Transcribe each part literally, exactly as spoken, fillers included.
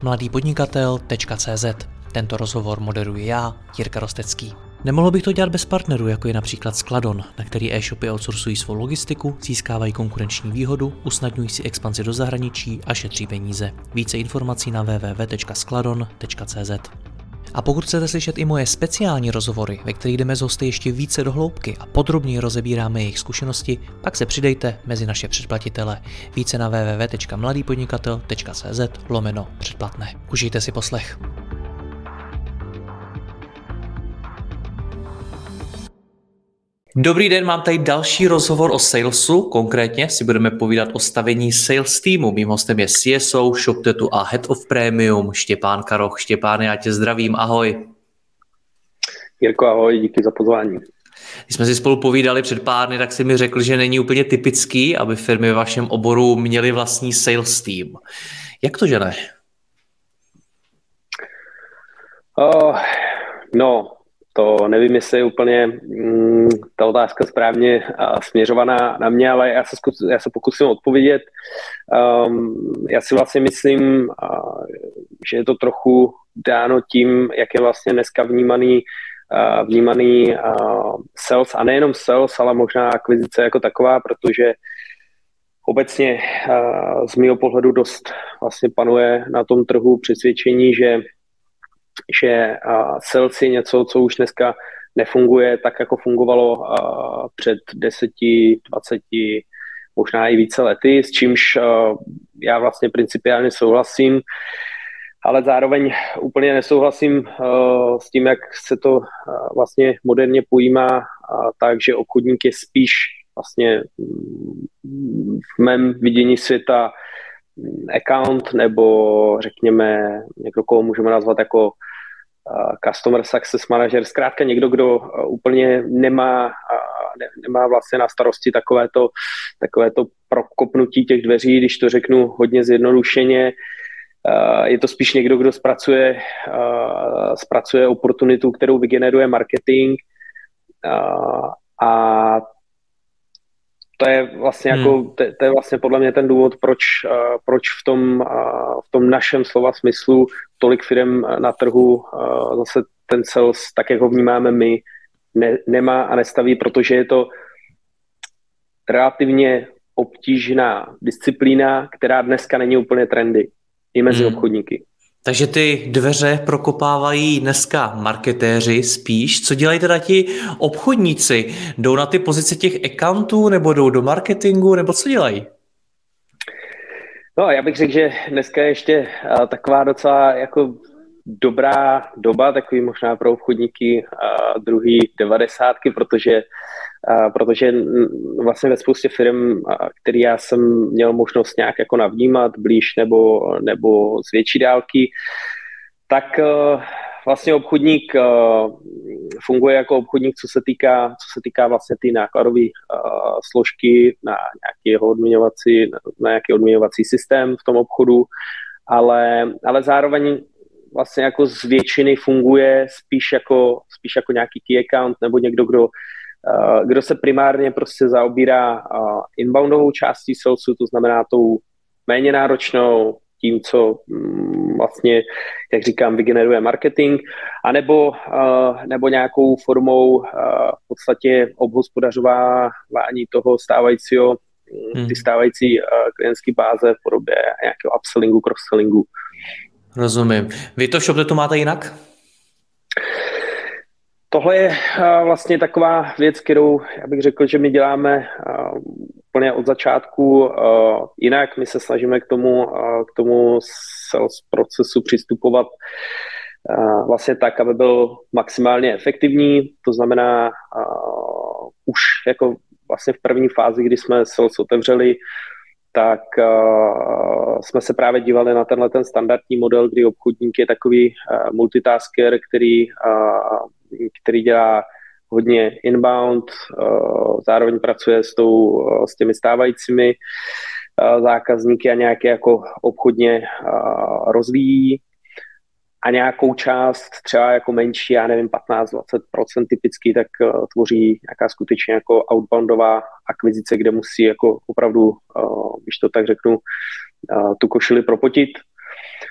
mladý podnikatel tečka cé zet. Tento rozhovor moderuji já, Jirka Rostecký. Nemohl bych to dělat bez partnerů, jako je například Skladon, na který e-shopy outsourcují svou logistiku, získávají konkurenční výhodu, usnadňují si expanzi do zahraničí a šetří peníze. Více informací na w w w tečka skladon tečka cé zet. A pokud chcete slyšet i moje speciální rozhovory, ve kterých jdeme s hosty ještě více do hloubky a podrobněji rozebíráme jejich zkušenosti, pak se přidejte mezi naše předplatitele. Více na w w w tečka mladý podnikatel tečka cé zet lomeno předplatné. Užijte si poslech. Dobrý den, mám tady další rozhovor o salesu, konkrétně si budeme povídat o stavění sales týmu. Mým hostem je C S O, ShopTetu a Head of Premium Štěpán Karoch. Štěpáne, já tě zdravím, ahoj. Jirko, ahoj, díky za pozvání. Když jsme si spolu povídali před pár dny, tak si mi řekl, že není úplně typický, aby firmy ve vašem oboru měly vlastní sales tým. Jak to, že ne? Uh, no, to nevím, jestli je úplně mm, ta otázka správně uh, směřovaná na mě, ale já se, zkus, já se pokusím odpovědět. Um, já si vlastně myslím, uh, že je to trochu dáno tím, jak je vlastně dneska vnímaný, uh, vnímaný uh, sales, a nejenom sales, ale možná akvizice jako taková, protože obecně uh, z mého pohledu dost vlastně panuje na tom trhu přesvědčení, že že uh, sales je něco, co už dneska nefunguje tak, jako fungovalo uh, před deseti, dvaceti, možná i více lety, s čímž uh, já vlastně principiálně souhlasím, ale zároveň úplně nesouhlasím uh, s tím, jak se to uh, vlastně moderně pojímá, uh, tak, že obchodník je spíš vlastně v mém vidění světa account, nebo řekněme někdo, koho můžeme nazvat jako uh, customer success manager, zkrátka někdo, kdo uh, úplně nemá, uh, ne, nemá vlastně na starosti takovéto, takovéto prokopnutí těch dveří, když to řeknu hodně zjednodušeně. Uh, je to spíš někdo, kdo zpracuje, uh, zpracuje oportunitu, kterou vygeneruje marketing, uh, a To je vlastně hmm. jako, to, to je vlastně podle mě ten důvod, proč, uh, proč v tom, uh, v tom našem slova smyslu tolik firm na trhu uh, zase ten sales, tak jak ho vnímáme my, ne, nemá a nestaví, protože je to relativně obtížná disciplína, která dneska není úplně trendy i mezi hmm. obchodníky. Takže ty dveře prokopávají dneska marketéři spíš. Co dělají teda ti obchodníci? Jdou na ty pozice těch accountů, nebo jdou do marketingu, nebo co dělají? No, já bych řekl, že dneska je ještě uh, taková docela jako dobrá doba, takový možná pro obchodníky uh, druhý devadesátky, protože Uh, protože vlastně ve spoustě firm, uh, který já jsem měl možnost nějak jako navnímat blíž nebo, nebo z větší dálky, tak uh, vlastně obchodník uh, funguje jako obchodník, co se týká, co se týká vlastně ty nákladové uh, složky na nějaký jeho odměňovací, na nějaký odměňovací systém v tom obchodu, ale, ale zároveň vlastně jako z většiny funguje spíš jako, spíš jako nějaký key account nebo někdo, kdo Uh, kdo se primárně prostě zaobírá uh, inboundovou částí salesu, to znamená tou méně náročnou, tím, co um, vlastně, jak říkám, vygeneruje marketing, anebo, uh, nebo nějakou formou uh, v podstatě obhospodařování toho stávajícího, hmm. ty stávající uh, klientské báze v podobě nějakého upsellingu, cross-sellingu. Rozumím. Vy to ShopTetu máte jinak? Tohle je uh, vlastně taková věc, kterou já bych řekl, že my děláme uh, úplně od začátku uh, jinak. My se snažíme k tomu, uh, k tomu sales procesu přistupovat uh, vlastně tak, aby byl maximálně efektivní. To znamená uh, už jako vlastně v první fázi, kdy jsme sales otevřeli, tak uh, jsme se právě dívali na tenhle ten standardní model, kdy obchodník je takový uh, multitasker, který uh, který dělá hodně inbound, zároveň pracuje s, tou, s těmi stávajícími zákazníky a nějaké jako obchodně rozvíjí, a nějakou část, třeba jako menší, já nevím, patnáct až dvacet procent typicky, tak tvoří nějaká skutečně jako outboundová akvizice, kde musí jako opravdu, když to tak řeknu, tu košili propotit.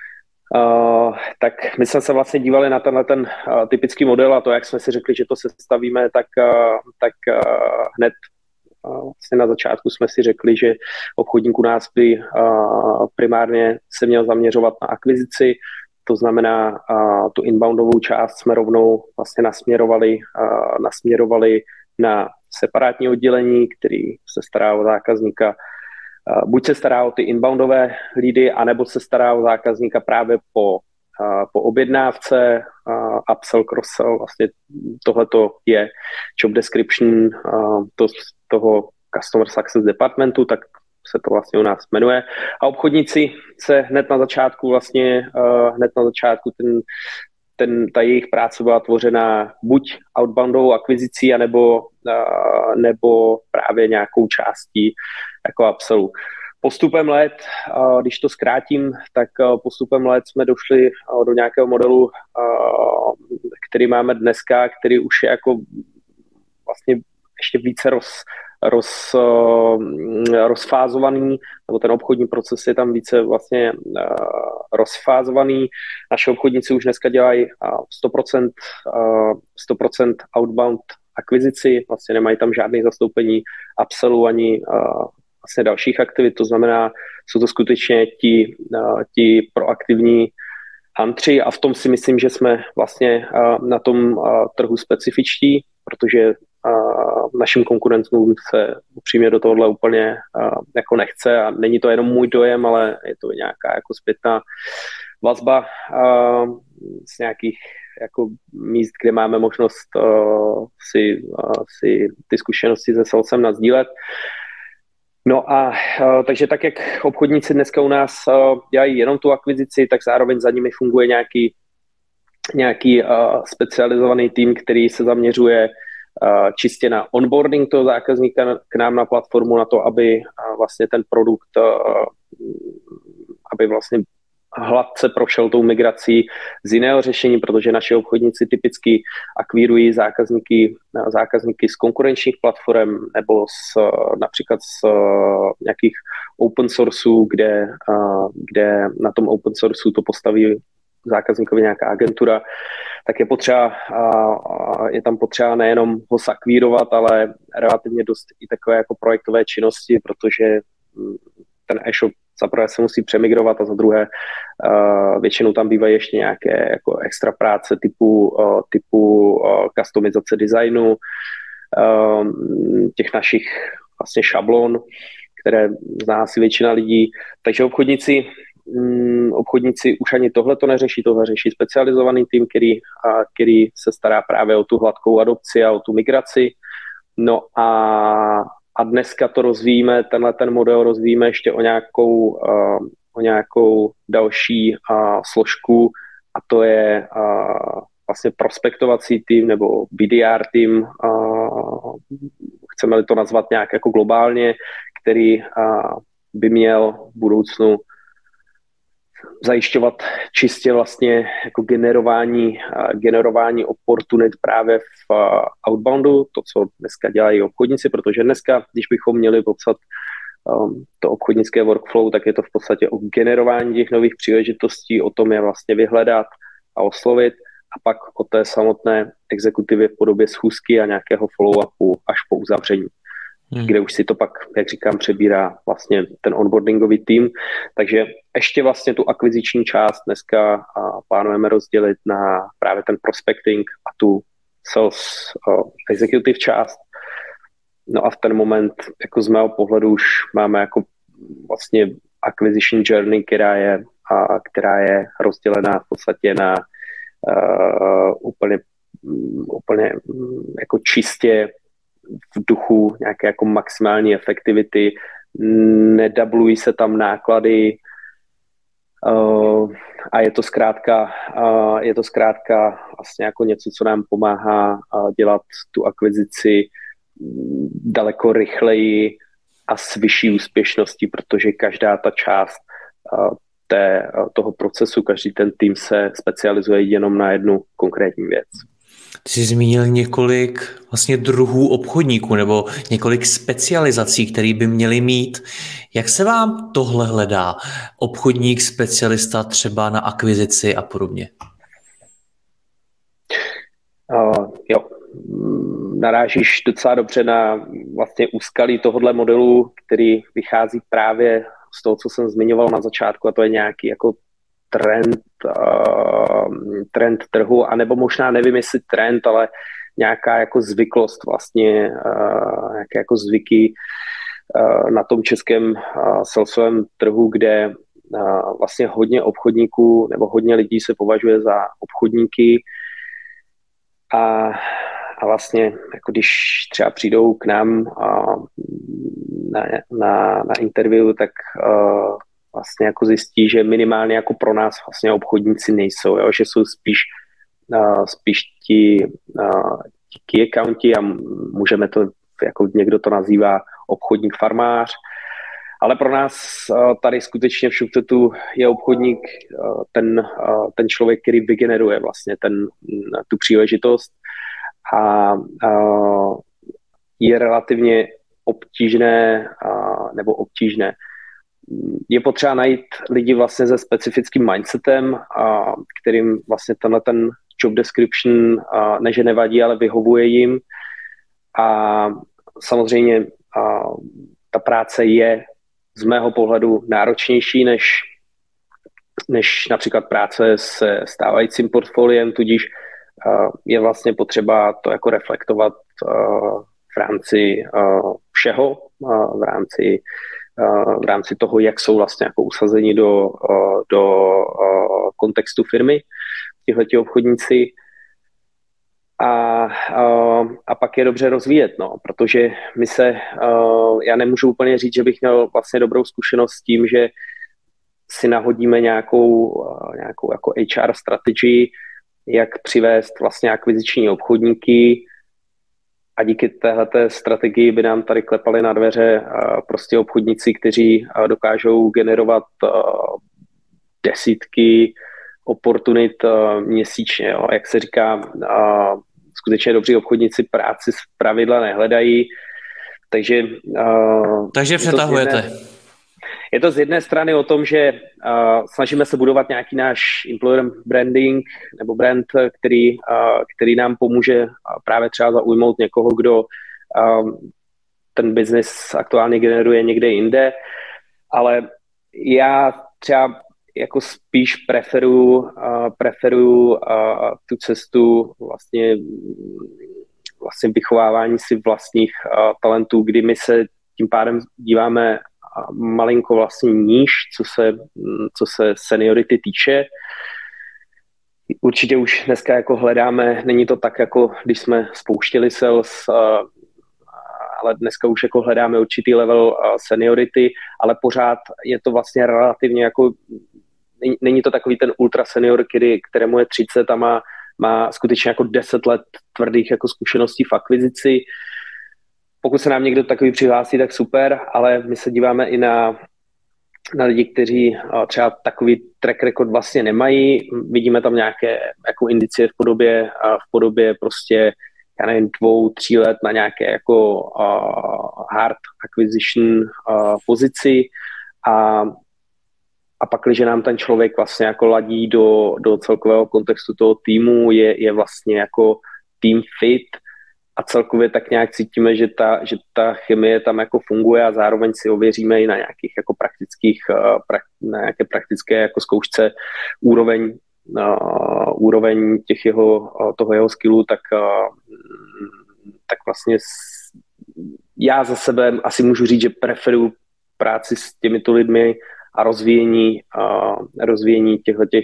Uh, tak my jsme se vlastně dívali na tenhle ten uh, typický model a to, jak jsme si řekli, že to sestavíme, tak, uh, tak uh, hned uh, vlastně na začátku jsme si řekli, že obchodník u nás by uh, primárně se měl zaměřovat na akvizici, to znamená uh, tu inboundovou část jsme rovnou vlastně nasměrovali, uh, nasměrovali na separátní oddělení, který se stará o zákazníka. Buď se stará o ty inboundové leady, anebo se stará o zákazníka právě po, po objednávce, upsell, cross-sell, vlastně tohleto je job description to, toho Customer Success Departmentu, tak se to vlastně u nás jmenuje. A obchodníci se hned na začátku vlastně, hned na začátku ten, ten, ta jejich práce byla tvořena buď outboundovou akvizicí, anebo, nebo právě nějakou částí jako upsellu. Postupem let, když to zkrátím, tak postupem let jsme došli do nějakého modelu, který máme dneska, který už je jako vlastně ještě více roz, roz, rozfázovaný, nebo ten obchodní proces je tam více vlastně rozfázovaný. Naši obchodníci už dneska dělají sto procent, sto procent outbound akvizici, vlastně nemají tam žádné zastoupení upsellu ani vlastně dalších aktivit, to znamená, jsou to skutečně ti, ti proaktivní huntři a v tom si myslím, že jsme vlastně na tom trhu specifičtí, protože našim konkurentům se upřímně do tohohle úplně jako nechce a není to jenom můj dojem, ale je to nějaká jako zpětná vazba z nějakých jako míst, kde máme možnost si, si ty zkušenosti se salesem nasdílet. No a uh, takže tak, jak obchodníci dneska u nás uh, dělají jenom tu akvizici, tak zároveň za nimi funguje nějaký, nějaký uh, specializovaný tým, který se zaměřuje uh, čistě na onboarding toho zákazníka k nám na platformu, na to, aby uh, vlastně ten produkt, uh, aby vlastně hladce prošel tou migrací z jiného řešení, protože naši obchodníci typicky akvírují zákazníky, zákazníky z konkurenčních platform nebo z, například z nějakých open sourceů, kde, kde na tom open sourceu to postaví zákazníkovi nějaká agentura, tak je potřeba, je tam potřeba nejenom ho sakvírovat, ale relativně dost i takové jako projektové činnosti, protože ten e-shop za prvé se musí přemigrovat a za druhé uh, většinou tam bývají ještě nějaké jako extra práce typu, uh, typu uh, customizace designu, uh, těch našich vlastně šablon, které zná si většina lidí. Takže obchodníci, um, obchodníci už ani tohle to neřeší, tohle řeší specializovaný tým, který, uh, který se stará právě o tu hladkou adopci a o tu migraci. No a A dneska to rozvíjíme, tenhle ten model rozvíjíme ještě o nějakou, uh, o nějakou další uh, složku a to je uh, vlastně prospektovací tým nebo B D R tým, uh, chceme-li to nazvat nějak jako globálně, který uh, by měl v budoucnu zajišťovat čistě vlastně jako generování, generování oportunit právě v outboundu, to, co dneska dělají obchodníci, protože dneska, když bychom měli popsat um, to obchodnické workflow, tak je to v podstatě o generování těch nových příležitostí, o tom je vlastně vyhledat a oslovit a pak o té samotné exekutivě v podobě schůzky a nějakého follow-upu až po uzavření. Hmm. Kde už si to pak, jak říkám, přebírá vlastně ten onboardingový tým. Takže ještě vlastně tu akviziční část dneska plánujeme rozdělit na právě ten prospecting a tu sales uh, executive část. No a v ten moment, jako z mého pohledu, už máme jako vlastně acquisition journey, která je, a, která je rozdělená v podstatě na uh, úplně, úplně jako čistě v duchu nějaké jako maximální efektivity, nedablují se tam náklady uh, a je to zkrátka, uh, je to zkrátka vlastně jako něco, co nám pomáhá uh, dělat tu akvizici daleko rychleji a s vyšší úspěšností, protože každá ta část uh, té, uh, toho procesu, každý ten tým se specializuje jenom na jednu konkrétní věc. Ty jsi zmínil několik vlastně druhů obchodníků nebo několik specializací, které by měly mít. Jak se vám tohle hledá? Obchodník, specialista třeba na akvizici a podobně? Uh, jo, narážíš docela dobře na vlastně úskalí tohohle modelu, který vychází právě z toho, co jsem zmiňoval na začátku, a to je nějaký jako trend, uh, trend trhu, anebo možná nevím, jestli trend, ale nějaká jako zvyklost vlastně, uh, nějaké jako zvyky uh, na tom českém uh, salesovém trhu, kde uh, vlastně hodně obchodníků nebo hodně lidí se považuje za obchodníky a, a vlastně jako když třeba přijdou k nám uh, na, na, na interview, tak uh, vlastně jako zjistí, že minimálně jako pro nás vlastně obchodníci nejsou, jo? Že jsou spíš, uh, spíš ti, uh, ti key accounti a můžeme to, jako někdo to nazývá obchodník farmář, ale pro nás uh, tady skutečně v SugarTetu je obchodník uh, ten, uh, ten člověk, který vygeneruje vlastně ten, tu příležitost a uh, je relativně obtížné uh, nebo obtížné je potřeba najít lidi vlastně se specifickým mindsetem, a kterým vlastně tenhle ten job description a ne, že nevadí, ale vyhovuje jim. A samozřejmě a ta práce je z mého pohledu náročnější než, než například práce se stávajícím portfoliem, tudíž je vlastně potřeba to jako reflektovat v rámci všeho, v rámci v rámci toho, jak jsou vlastně jako usazeni do, do kontextu firmy tihleti obchodníci a, a pak je dobře rozvíjet, no, protože my se, já nemůžu úplně říct, že bych měl vlastně dobrou zkušenost s tím, že si nahodíme nějakou, nějakou jako H R strategii, jak přivést vlastně akviziční obchodníky a díky téhleté strategii by nám tady klepali na dveře prostě obchodníci, kteří dokážou generovat desítky oportunit měsíčně. Jo. Jak se říká, skutečně dobří obchodníci práci z pravidla nehledají, takže... Takže přetahujete. Je to z jedné strany o tom, že uh, snažíme se budovat nějaký náš employer branding nebo brand, který, uh, který nám pomůže uh, právě třeba zaujmout někoho, kdo uh, ten biznis aktuálně generuje někde jinde, ale já třeba jako spíš preferuju, uh, preferuju uh, tu cestu vlastně, vlastně vychovávání si vlastních uh, talentů, kdy my se tím pádem díváme malinko vlastně níž, co se, co se seniority týče. Určitě už dneska jako hledáme, není to tak, jako když jsme spouštěli sales, ale dneska už jako hledáme určitý level seniority, ale pořád je to vlastně relativně jako, není to takový ten ultra senior, který, kterému je třicet a má, má skutečně jako deset let tvrdých jako zkušeností v akvizici. Pokud se nám někdo takový přihlásí, tak super, ale my se díváme i na, na lidi, kteří třeba takový track record vlastně nemají. Vidíme tam nějaké jako indicie v podobě, v podobě prostě, já nevím, dvou, tří let na nějaké jako uh, hard acquisition uh, pozici a, a pak, když nám ten člověk vlastně jako ladí do, do celkového kontextu toho týmu, je, je vlastně jako team fit, a celkově tak nějak cítíme, že ta, že ta chemie tam jako funguje a zároveň si ověříme i na nějakých jako praktických, na nějaké praktické jako zkoušce úroveň, uh, úroveň těch jeho, toho jeho skillu, tak, uh, tak vlastně já za sebe asi můžu říct, že preferuju práci s těmito lidmi a rozvíjení, uh, rozvíjení těchto těch,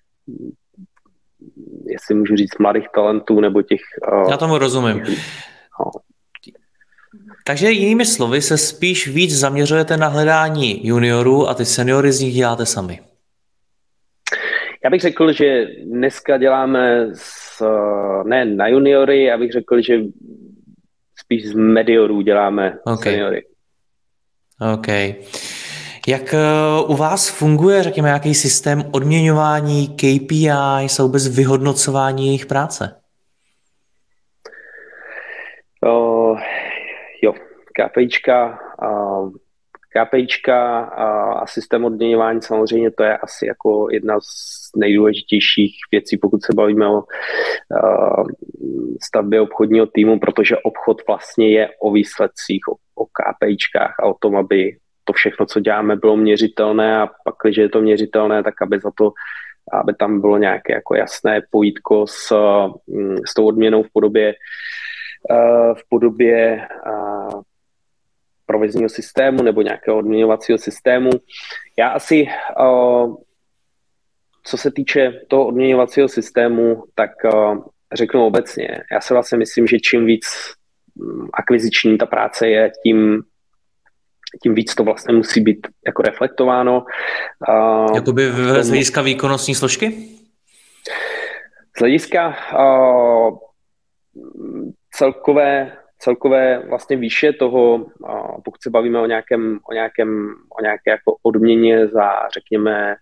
jestli můžu říct, mladých talentů nebo těch... Já tomu rozumím. Těch, no. Takže jinými slovy se spíš víc zaměřujete na hledání juniorů a ty seniory z nich děláte sami. Já bych řekl, že dneska děláme s, ne na juniory, já bych řekl, že spíš z mediorů děláme okay. seniory. OK. Jak u vás funguje, řekněme, nějaký systém odměňování, K P I, vůbec vyhodnocování jejich práce? KPIčka, KPIčka a systém odměňování samozřejmě to je asi jako jedna z nejdůležitějších věcí, pokud se bavíme o stavbě obchodního týmu, protože obchod vlastně je o výsledcích, o, o KPIčkách a o tom, aby to všechno, co děláme, bylo měřitelné a pak, když je to měřitelné, tak aby za to, aby tam bylo nějaké jako jasné pojítko s, s tou odměnou v podobě v podobě provizního systému nebo nějakého odměňovacího systému. Já asi, co se týče toho odměňovacího systému, tak řeknu obecně. Já si vlastně myslím, že čím víc akviziční ta práce je, tím, tím víc to vlastně musí být jako reflektováno. Jakoby z hlediska výkonnostní složky? Z hlediska uh, celkové celkové vlastně výše toho, pokud se bavíme o nějakém, o nějakém, o nějaké jako odměně za, řekněme,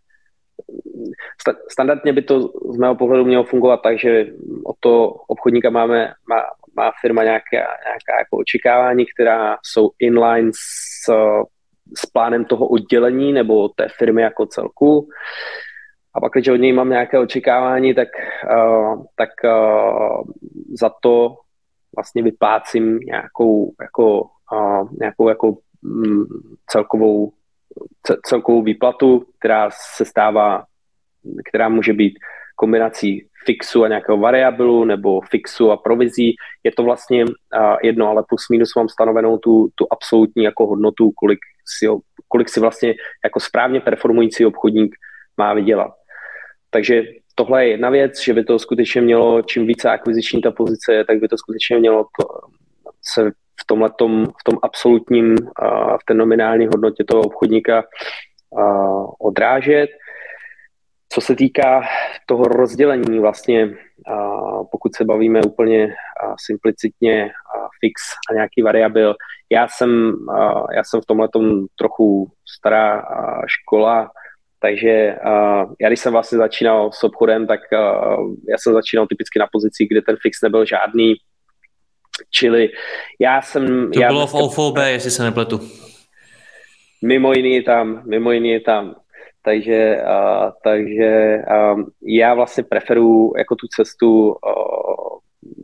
standardně by to z mého pohledu mělo fungovat tak, že od toho obchodníka máme, má, má firma nějaké, nějaká jako očekávání, která jsou inline s, s plánem toho oddělení nebo té firmy jako celku. A pak, když od něj mám nějaké očekávání, tak, uh, tak uh, za to vlastně vyplácím nějakou jako, uh, nějakou jako um, celkovou, celkovou výplatu, která se stává, která může být kombinací fixu a nějakého variabilu nebo fixu a provizí. Je to vlastně uh, jedno, ale plus minus mám stanovenou tu, tu absolutní jako hodnotu, kolik si, kolik si vlastně jako správně performující obchodník má vydělat. Takže tohle je jedna věc, že by to skutečně mělo, čím více akviziční ta pozice je, tak by to skutečně mělo to, se v tomhletom, v tom absolutním, uh, v té nominální hodnotě toho obchodníka uh, odrážet. Co se týká toho rozdělení vlastně, uh, pokud se bavíme úplně uh, simplicitně uh, fix a nějaký variabil, já jsem, uh, já jsem v tomhletom trochu stará uh, škola. Takže uh, já když jsem vlastně začínal s obchodem, tak uh, já jsem začínal typicky na pozici, kde ten fix nebyl žádný, čili já jsem... To já bylo v O F B, jestli se nepletu. Mimo jiný tam, mimo jiný tam. Takže, uh, takže um, já vlastně preferuji jako tu cestu, uh,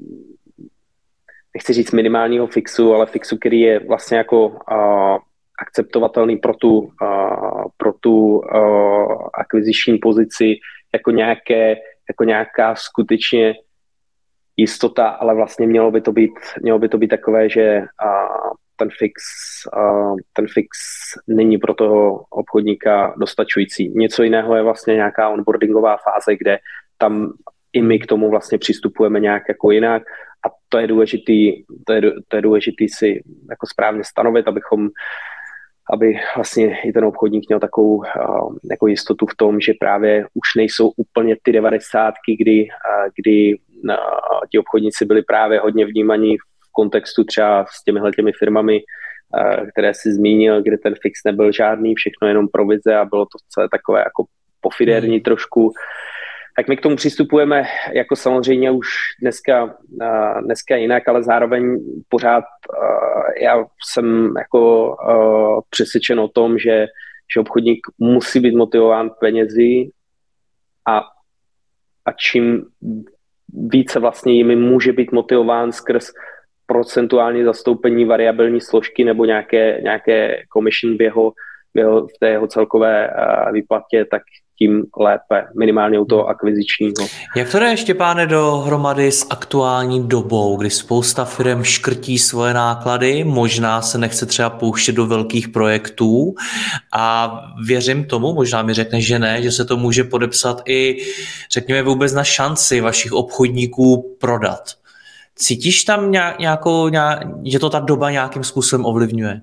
nechci říct minimálního fixu, ale fixu, který je vlastně jako... Uh, akceptovatelný pro tu, uh, pro tu uh, akviziční pozici jako, nějaké, jako nějaká skutečně jistota, ale vlastně mělo by to být, mělo by to být takové, že uh, ten, fix, uh, ten fix není pro toho obchodníka dostačující. Něco jiného je vlastně nějaká onboardingová fáze, kde tam i my k tomu vlastně přistupujeme nějak jako jinak a to je důležitý, to je, to je důležitý si jako správně stanovit, abychom aby vlastně i ten obchodník měl takovou uh, jako jistotu v tom, že právě už nejsou úplně ty devadesátky, kdy, uh, kdy uh, ti obchodníci byli právě hodně vnímaní v kontextu třeba s těmihle těmi firmami, uh, které si zmínil, kde ten fix nebyl žádný, všechno jenom provize a bylo to celé takové jako pofidérní trošku. Tak my k tomu přistupujeme jako samozřejmě už dneska, uh, dneska jinak, ale zároveň pořád uh, já jsem jako uh, přesvědčen o tom, že, že obchodník musí být motivován penězi a, a čím více vlastně jimi může být motivován skrz procentuální zastoupení variabilní složky nebo nějaké, nějaké commission v, jeho, v, jeho, v té jeho celkové uh, výplatě, tak tím lépe, minimálně u toho akvizičního. Jak to jde, Štěpáne, dohromady s aktuální dobou, kdy spousta firem škrtí svoje náklady, možná se nechce třeba pouštět do velkých projektů a věřím tomu, možná mi řekneš, že ne, že se to může podepsat i, řekněme, vůbec na šanci vašich obchodníků prodat. Cítíš tam nějakou, nějak, že to ta doba nějakým způsobem ovlivňuje?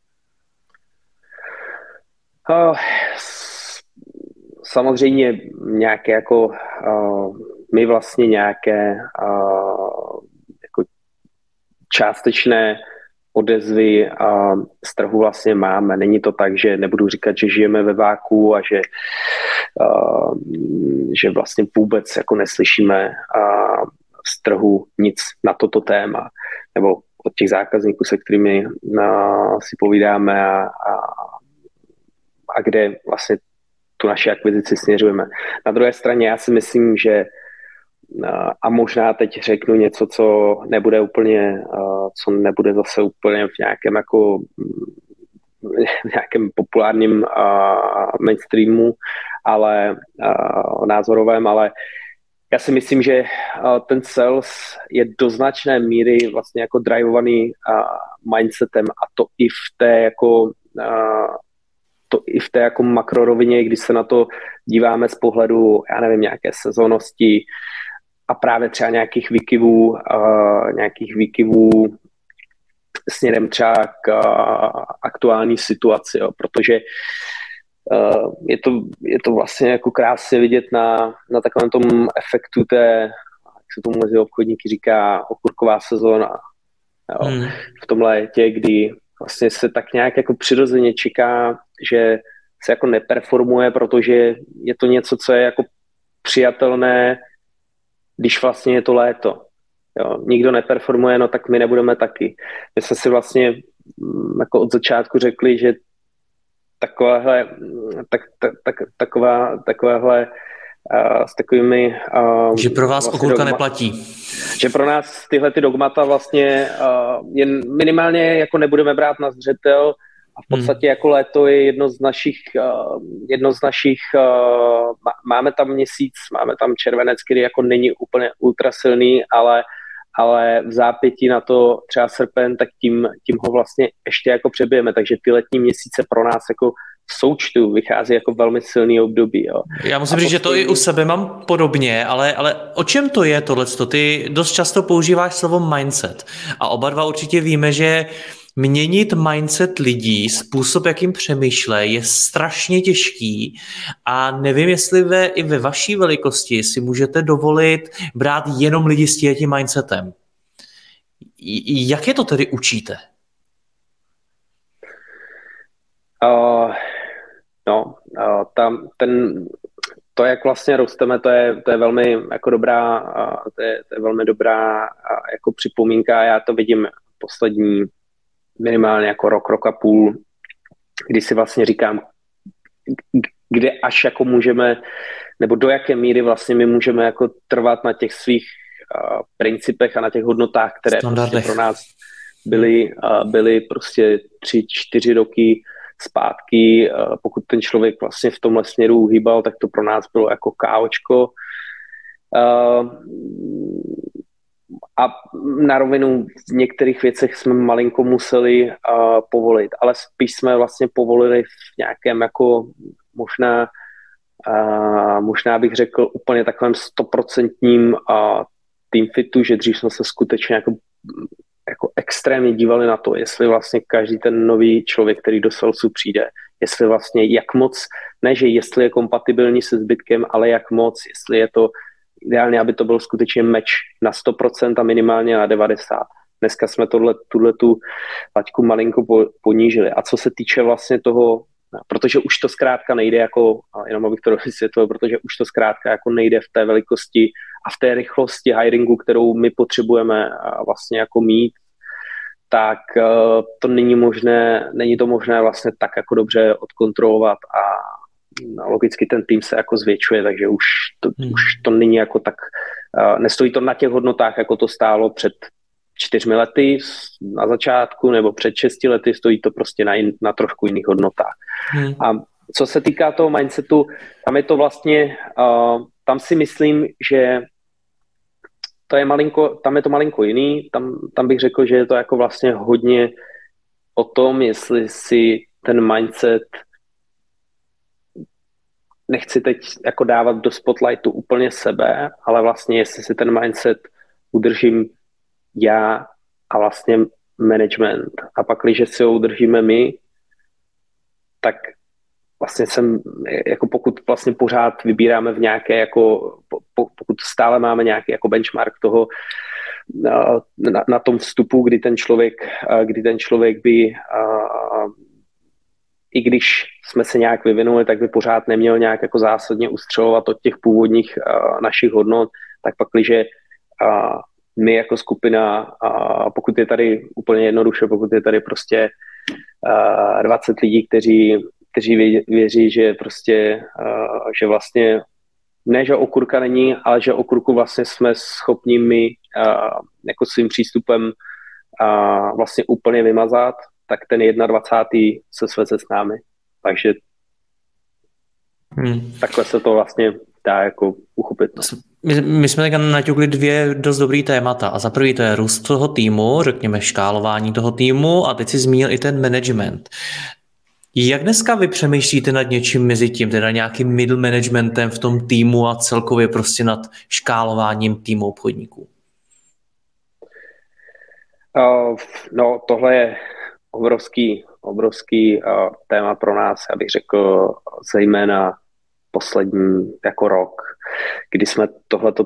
Uh, Samozřejmě nějaké jako uh, my vlastně nějaké uh, jako částečné odezvy uh, z trhu vlastně máme. Není to tak, že nebudu říkat, že žijeme ve váku a že, uh, že vlastně vůbec jako neslyšíme uh, z trhu nic na toto téma. Nebo od těch zákazníků, se kterými uh, si povídáme a, a, a kde vlastně tu naši akvizici směřujeme. Na druhé straně já si myslím, že a možná teď řeknu něco, co nebude úplně, co nebude zase úplně v nějakém jako v nějakém populárním mainstreamu, ale názorovém, ale já si myslím, že ten sales je do značné míry vlastně jako drivovaný mindsetem a to i v té jako to i v té jako makrorovině, když se na to díváme z pohledu, já nevím, nějaké sezónnosti a právě třeba nějakých výkyvů, uh, nějakých výkyvů směrem třeba k uh, aktuální situaci, jo, protože uh, je, to, je to vlastně jako krásně vidět na, na takovém tom efektu té, jak se tomu mezi obchodníky říká, okurková sezóna. Jo. Hmm. V tom létě, kdy vlastně se tak nějak jako přirozeně čeká, že se jako neperformuje, protože je to něco, co je jako přijatelné, když vlastně je to léto. Jo. Nikdo neperformuje, no tak my nebudeme taky. My jsme si vlastně jako od začátku řekli, že takovéhle, tak, tak, tak, taková, takovéhle uh, s takovými... Uh, že pro vás vlastně okurka dogma, neplatí. Že pro nás tyhle ty dogmata vlastně uh, jen minimálně jako nebudeme brát na zřetel a v podstatě hmm. jako léto je jedno z našich, uh, jedno z našich uh, máme tam měsíc, máme tam červenec, který jako není úplně ultrasilný, ale, ale v zápětí na to třeba srpen, tak tím, tím ho vlastně ještě jako přebijeme, takže ty letní měsíce pro nás jako v součtu vychází jako velmi silný období. Jo. Já musím říct, že to i u sebe mám podobně, ale, ale o čem to je tohleto? Ty dost často používáš slovo mindset a oba dva určitě víme, že měnit mindset lidí, způsob, jakým přemýšlej, je strašně těžký a nevím, jestli ve, i ve vaší velikosti si můžete dovolit brát jenom lidi s tím mindsetem. Jak je to tedy učíte? Uh, no, uh, tam ten, to, jak vlastně rosteme, to je, to je velmi jako dobrá, uh, to je, to je velmi dobrá uh, jako připomínka. Já to vidím poslední minimálně jako rok, rok a půl, kdy si vlastně říkám, kde až jako můžeme, nebo do jaké míry vlastně my můžeme jako trvat na těch svých uh, principech a na těch hodnotách, které prostě pro nás byly, uh, byly prostě tři, čtyři roky zpátky. Uh, pokud ten člověk vlastně v tomhle směru hýbal, tak to pro nás bylo jako káočko. Uh, A na rovinu v některých věcech jsme malinko museli uh, povolit, ale spíš jsme vlastně povolili v nějakém jako možná, uh, možná bych řekl úplně takovém stoprocentním uh, team fitu, že dřív jsme se skutečně jako, jako extrémně dívali na to, jestli vlastně každý ten nový člověk, který do salesu přijde, jestli vlastně jak moc, ne že jestli je kompatibilní se zbytkem, ale jak moc, jestli je to ideálně, aby to byl skutečně meč na sto procent a minimálně na devadesát procent. Dneska jsme tohle, tuhletu laťku malinko po, ponížili. A co se týče vlastně toho, protože už to zkrátka nejde jako, jenom abych to vysvětlil, protože už to zkrátka jako nejde v té velikosti a v té rychlosti hiringu, kterou my potřebujeme vlastně jako mít, tak to není možné, není to možné vlastně tak jako dobře odkontrolovat a logicky ten tým se jako zvětšuje, takže už to, hmm. už to není jako tak, uh, nestojí to na těch hodnotách, jako to stálo před čtyřmi lety na začátku, nebo před šesti lety, stojí to prostě na, jin, na trošku jiných hodnotách. Hmm. A co se týká toho mindsetu, tam je to vlastně, uh, tam si myslím, že to je malinko, tam je to malinko jiný, tam, tam bych řekl, že je to jako vlastně hodně o tom, jestli si ten mindset nechci teď jako dávat do spotlightu úplně sebe, ale vlastně jestli si ten mindset udržím já a vlastně management. A pak, když si ho udržíme my, tak vlastně jsem, jako pokud vlastně pořád vybíráme v nějaké, jako, pokud stále máme nějaký jako benchmark toho na, na tom vstupu, kdy ten člověk, kdy ten člověk by i když jsme se nějak vyvinuli, tak by pořád neměl nějak jako zásadně ustřelovat od těch původních uh, našich hodnot, tak pak, když uh, my jako skupina, a pokud je tady úplně jednoduše, pokud je tady prostě uh, dvacet lidí, kteří, kteří věří, že prostě, uh, že vlastně ne, že okurka není, ale že okurku vlastně jsme schopni my uh, jako svým přístupem uh, vlastně úplně vymazat, tak ten dvacátý první se sveze s námi. Takže hmm. takhle se to vlastně dá jako uchopit. My, my jsme tak naťukli dvě dost dobrý témata a za prvý to je růst toho týmu, řekněme škálování toho týmu a teď si zmínil i ten management. Jak dneska vy přemýšlíte nad něčím mezi tím, teda nějakým middle managementem v tom týmu a celkově prostě nad škálováním týmu obchodníků? Uh, no tohle je obrovský, obrovský uh, téma pro nás, abych řekl zejména poslední jako rok, kdy jsme tohleto,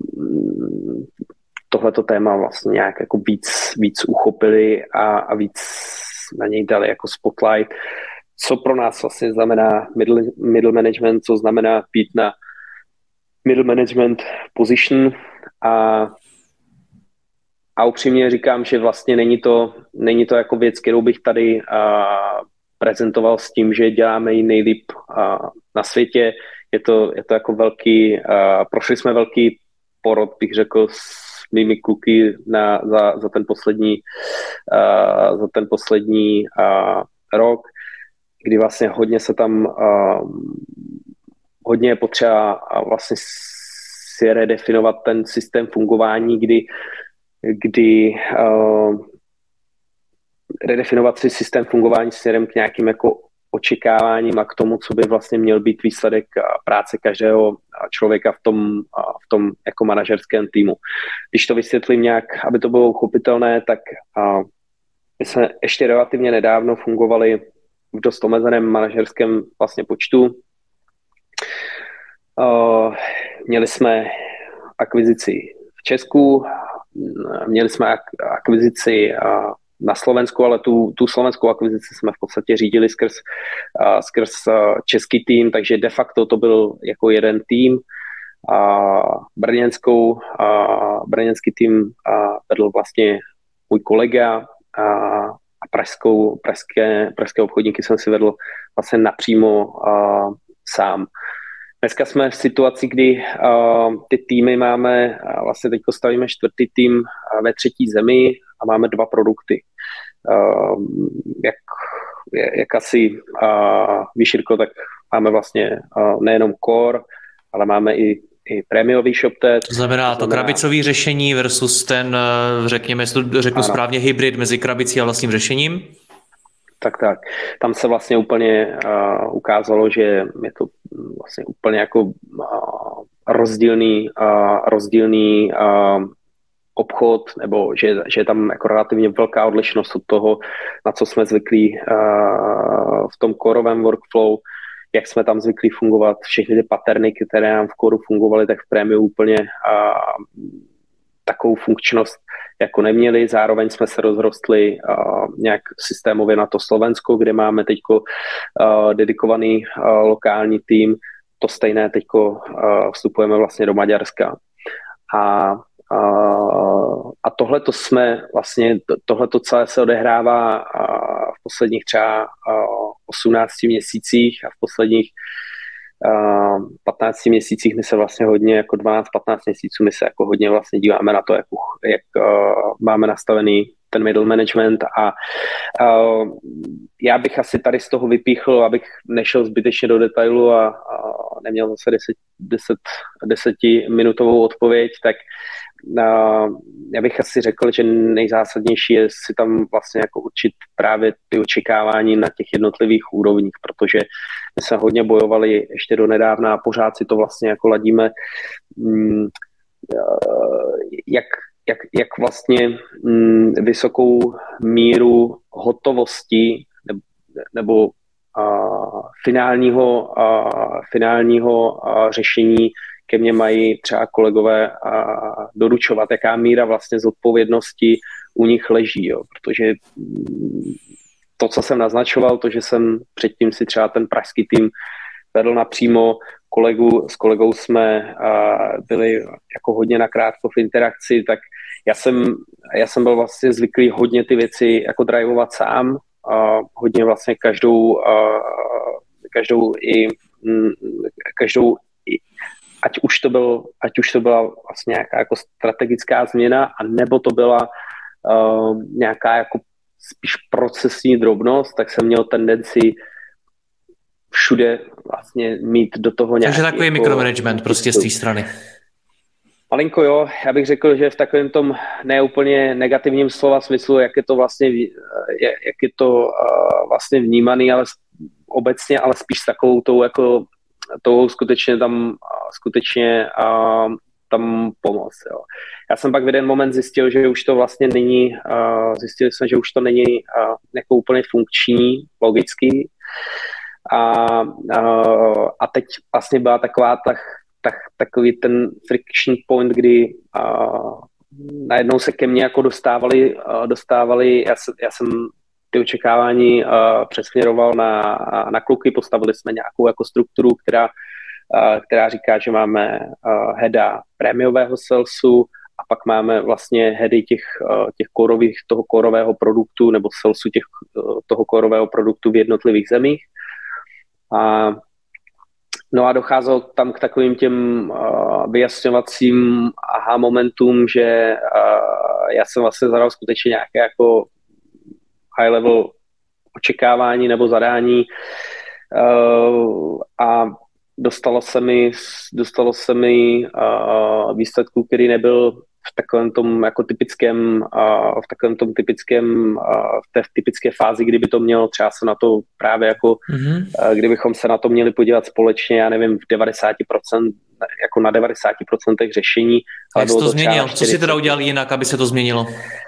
tohleto téma vlastně nějak jako víc, víc uchopili a, a víc na něj dali jako spotlight. Co pro nás vlastně znamená middle, middle management, co znamená být na middle management position a, a upřímně říkám, že vlastně není to, není to jako věc, kterou bych tady a, prezentoval s tím, že děláme ji nejlíp a, na světě. Je to, je to jako velký, a, prošli jsme velký porod, bych řekl, s mými kluky na, za, za ten poslední, a, za ten poslední a, rok, kdy vlastně hodně se tam a, hodně je potřeba a vlastně si redefinovat ten systém fungování, kdy, kdy uh, redefinovat si systém fungování směrem k nějakým jako očekáváním a k tomu, co by vlastně měl být výsledek práce každého člověka v tom, v tom jako manažerském týmu. Když to vysvětlím nějak, aby to bylo uchopitelné, tak uh, my jsme ještě relativně nedávno fungovali v dost omezeném manažerském vlastně počtu. Uh, měli jsme akvizici v Česku, měli jsme ak- akvizici uh, na Slovensku, ale tu, tu slovenskou akvizici jsme v podstatě řídili skrz, uh, skrz uh, český tým, takže de facto to byl jako jeden tým. Uh, brněnskou, uh, brněnský tým uh, vedl vlastně můj kolega uh, a pražskou, pražské, pražské obchodníky jsem si vedl vlastně napřímo uh, sám. Dneska jsme v situaci, kdy uh, ty týmy máme, uh, vlastně teď stavíme čtvrtý tým uh, ve třetí zemi a máme dva produkty. Uh, jak, jak asi uh, víš, Jirko, tak máme vlastně uh, nejenom core, ale máme i, i prémiový ShopTet. To znamená to, znamená to krabicové řešení versus ten, řekněme, jestli to řeknu ano. správně, hybrid mezi krabicí a vlastním řešením? Tak, tak. Tam se vlastně úplně uh, ukázalo, že je to vlastně úplně jako uh, rozdílný, uh, rozdílný uh, obchod, nebo že, že je tam jako relativně velká odlišnost od toho, na co jsme zvyklí uh, v tom coreovém workflow, jak jsme tam zvyklí fungovat, všechny ty paterny, které nám v coreu fungovaly, tak v prémiu úplně uh, takovou funkčnost jako neměli. Zároveň jsme se rozrostli uh, nějak systémově na to Slovensko, kde máme teďko uh, dedikovaný uh, lokální tým. To stejné teďko uh, vstupujeme vlastně do Maďarska. A Uh, a tohle to jsme vlastně, tohle to celé se odehrává uh, v posledních třeba uh, osmnácti měsících a v posledních uh, patnácti měsících my se vlastně hodně, jako dvanáct patnáct měsíců, my se jako hodně vlastně díváme na to, jak, jak uh, máme nastavený ten middle management a uh, já bych asi tady z toho vypíchl, abych nešel zbytečně do detailu a, a neměl zase desetiminutovou odpověď, tak Uh, já bych asi řekl, že nejzásadnější je si tam vlastně jako určit právě ty očekávání na těch jednotlivých úrovních, protože my jsme hodně bojovali ještě do nedávna a pořád si to vlastně jako ladíme, um, uh, jak, jak, jak vlastně um, vysokou míru hotovosti nebo, nebo uh, finálního, uh, finálního uh, řešení ke mně mají třeba kolegové a doručovat, jaká míra vlastně zodpovědnosti u nich leží, jo. Protože to, co jsem naznačoval, to, že jsem předtím si třeba ten pražský tým vedl napřímo, kolegu, s kolegou jsme byli jako hodně nakrátko v interakci, tak já jsem, já jsem byl vlastně zvyklý hodně ty věci jako drivovat sám, uh, hodně vlastně každou, uh, každou i, mm, každou i, ať už to byl, ať už to byla vlastně nějaká jako strategická změna, a nebo to byla uh, nějaká jako spíš procesní drobnost, tak jsem měl tendenci všude vlastně mít do toho nějaký... Takže takový jako mikromanagement prostě z té strany. Malinko jo, já bych řekl, že v takovém tom neúplně negativním slova smyslu, jak je to vlastně, jak je to uh, vlastně vnímaný, ale obecně, ale spíš s takovou tou jako tou skutečně tam skutečně uh, tam pomoc. Jo. Já jsem pak v jeden moment zjistil, že už to vlastně není, uh, zjistil jsem, že už to není uh, jako úplně funkční, logický. A, uh, a teď vlastně byla taková tak, tak, takový ten friction point, kdy uh, najednou se ke mně jako dostávali, uh, dostávali já, se, já jsem ty očekávání uh, přesměroval na, na kluky, postavili jsme nějakou jako strukturu, která, uh, která říká, že máme uh, heada prémiového salesu a pak máme vlastně heady těch, uh, těch korových, toho korového produktu nebo salesu těch, uh, toho korového produktu v jednotlivých zemích. A, no a docházelo tam k takovým těm uh, vyjasňovacím aha momentům, že uh, já jsem vlastně zadal skutečně nějaké jako high level očekávání nebo zadání uh, a dostalo se mi, dostalo se mi uh, výsledku, který nebyl v takovém tom jako typickém, uh, v takovém tom typickém, uh, v té typické fázi, kdyby to mělo třeba se na to právě jako, mm-hmm. uh, kdybychom se na to měli podívat společně, já nevím, v devadesát procent, jako na devadesát procent řešení. Ale jak jsi to změnil? Co jsi teda udělal jinak, aby se to změnilo?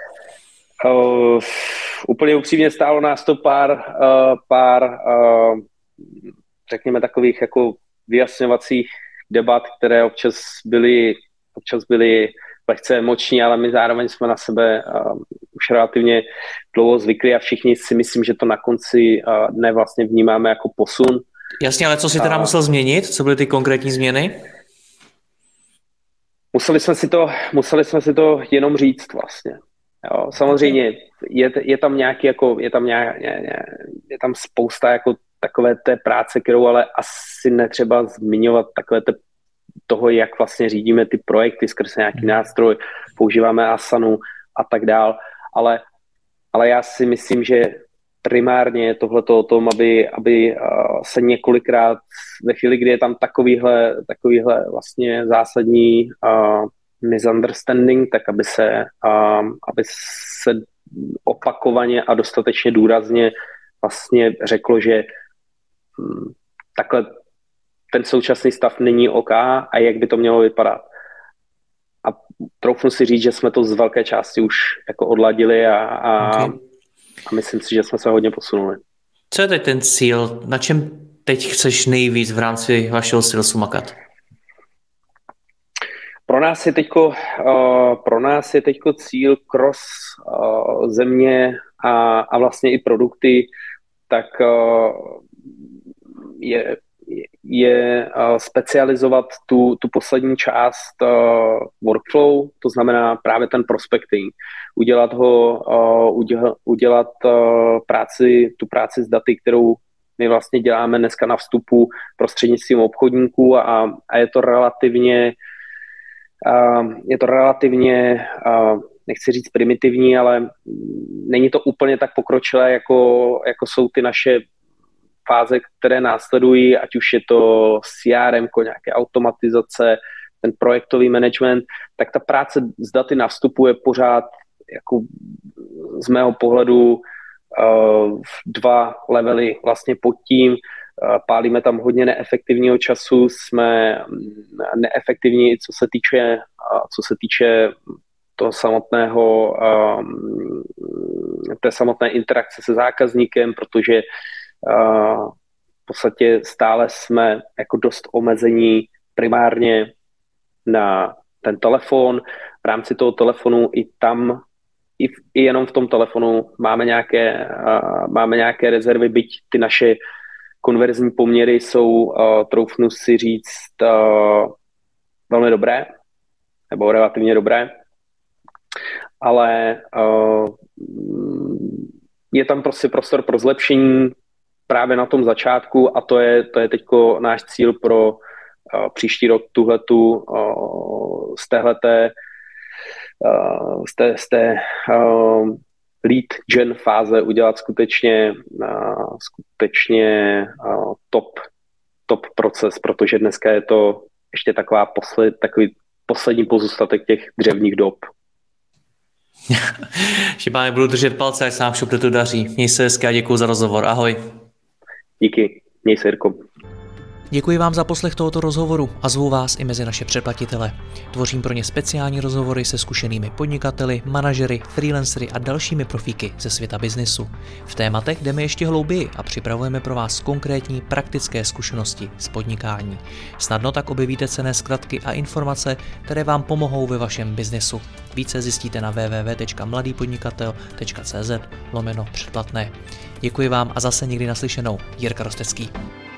Uh, úplně upřímně stálo nás to pár, uh, pár uh, řekněme takových jako vyjasňovacích debat, které občas byly, občas byly lehce emoční, ale my zároveň jsme na sebe uh, už relativně dlouho zvykli a všichni si myslím, že to na konci uh, dne vlastně vnímáme jako posun. Jasně, ale co jsi teda uh, musel změnit? Co byly ty konkrétní změny? Museli jsme si to, museli jsme si to jenom říct vlastně. Jo, samozřejmě je, je tam nějaký jako, je tam nějak, je tam spousta jako takové té práce, kterou ale asi netřeba zmiňovat, takové té, toho, jak vlastně řídíme ty projekty skrz nějaký nástroj, používáme Asanu a tak dál, ale, ale já si myslím, že primárně je tohleto o tom, aby, aby se několikrát ve chvíli, kdy je tam takovýhle, takovýhle vlastně zásadní uh, misunderstanding, tak aby se, um, aby se opakovaně a dostatečně důrazně vlastně řeklo, že um, takhle ten současný stav není OK a jak by to mělo vypadat. A troufnu si říct, že jsme to z velké části už jako odladili a, a, okay. a myslím si, že jsme se hodně posunuli. Co je teď ten cíl? Na čem teď chceš nejvíc v rámci vašeho salesu makat? Pro nás je teďko, uh, pro nás je teďko cíl cross uh, země a, a vlastně i produkty, tak uh, je, je uh, specializovat tu, tu poslední část uh, workflow, to znamená právě ten prospecting. Udělat ho, uh, udělat, udělat uh, práci, tu práci s daty, kterou my vlastně děláme dneska na vstupu prostřednictvím obchodníků a, a je to relativně Uh, je to relativně, uh, nechci říct primitivní, ale není to úplně tak pokročilé, jako, jako jsou ty naše fáze, které následují, ať už je to C R M, nějaké automatizace, ten projektový management, tak ta práce s daty na vstupu je pořád jako z mého pohledu uh, dva levely vlastně pod tím. Pálíme tam hodně neefektivního času, jsme neefektivní, co se týče, co se týče toho samotného, té samotné interakce se zákazníkem, protože v podstatě stále jsme jako dost omezení primárně na ten telefon. V rámci toho telefonu i tam, i, i jenom v tom telefonu máme nějaké, máme nějaké rezervy, byť ty naše konverzní poměry jsou, uh, troufnu si říct, uh, velmi dobré, nebo relativně dobré. ale uh, je tam prostě prostor pro zlepšení právě na tom začátku a to je, to je teďko náš cíl pro uh, příští rok, tuhletu uh, z téhleté uh, z té, z té uh, lead gen fáze udělat skutečně, uh, skutečně uh, top, top proces, protože dneska je to ještě taková posled, takový poslední pozůstatek těch dřevních dob. Štěpáne, budu držet palce, jak se nám všude to daří. Měj se hezky a děkuji za rozhovor. Ahoj. Díky. Měj se, Jirko. Děkuji vám za poslech tohoto rozhovoru a zvu vás i mezi naše předplatitele. Tvořím pro ně speciální rozhovory se zkušenými podnikateli, manažery, freelancery a dalšími profíky ze světa biznisu. V tématech jdeme ještě hlouběji a připravujeme pro vás konkrétní praktické zkušenosti z podnikání. Snadno tak objevíte cenné zkratky a informace, které vám pomohou ve vašem biznesu. Více zjistíte na w w w tečka mladý podnikatel tečka c z lomeno předplatné. Děkuji vám a zase někdy naslyšenou. Jirka Rostecký.